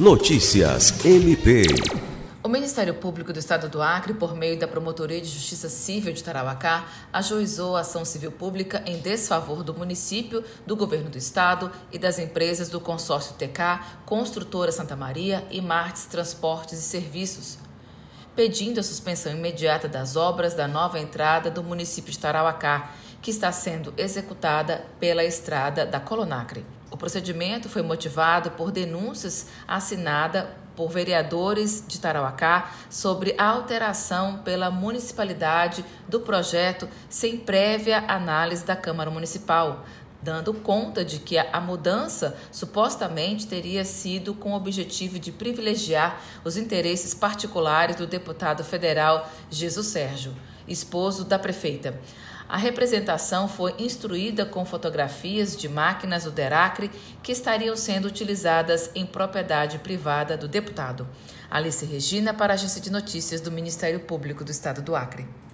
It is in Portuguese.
Notícias MP. O Ministério Público do Estado do Acre, por meio da Promotoria de Justiça Civil de Tarauacá, ajuizou a ação civil pública em desfavor do município, do governo do estado e das empresas do consórcio TK, Construtora Santa Maria e Martins Transportes e Serviços, pedindo a suspensão imediata das obras da nova entrada do município de Tarauacá, que está sendo executada pela estrada da Colonacre. O procedimento foi motivado por denúncias assinadas por vereadores de Tarauacá sobre a alteração pela municipalidade do projeto sem prévia análise da Câmara Municipal, dando conta de que a mudança supostamente teria sido com o objetivo de privilegiar os interesses particulares do deputado federal Jesus Sérgio, esposo da prefeita. A representação foi instruída com fotografias de máquinas do DERACRE que estariam sendo utilizadas em propriedade privada do deputado. Alice Regina, para a Agência de Notícias do Ministério Público do Estado do Acre.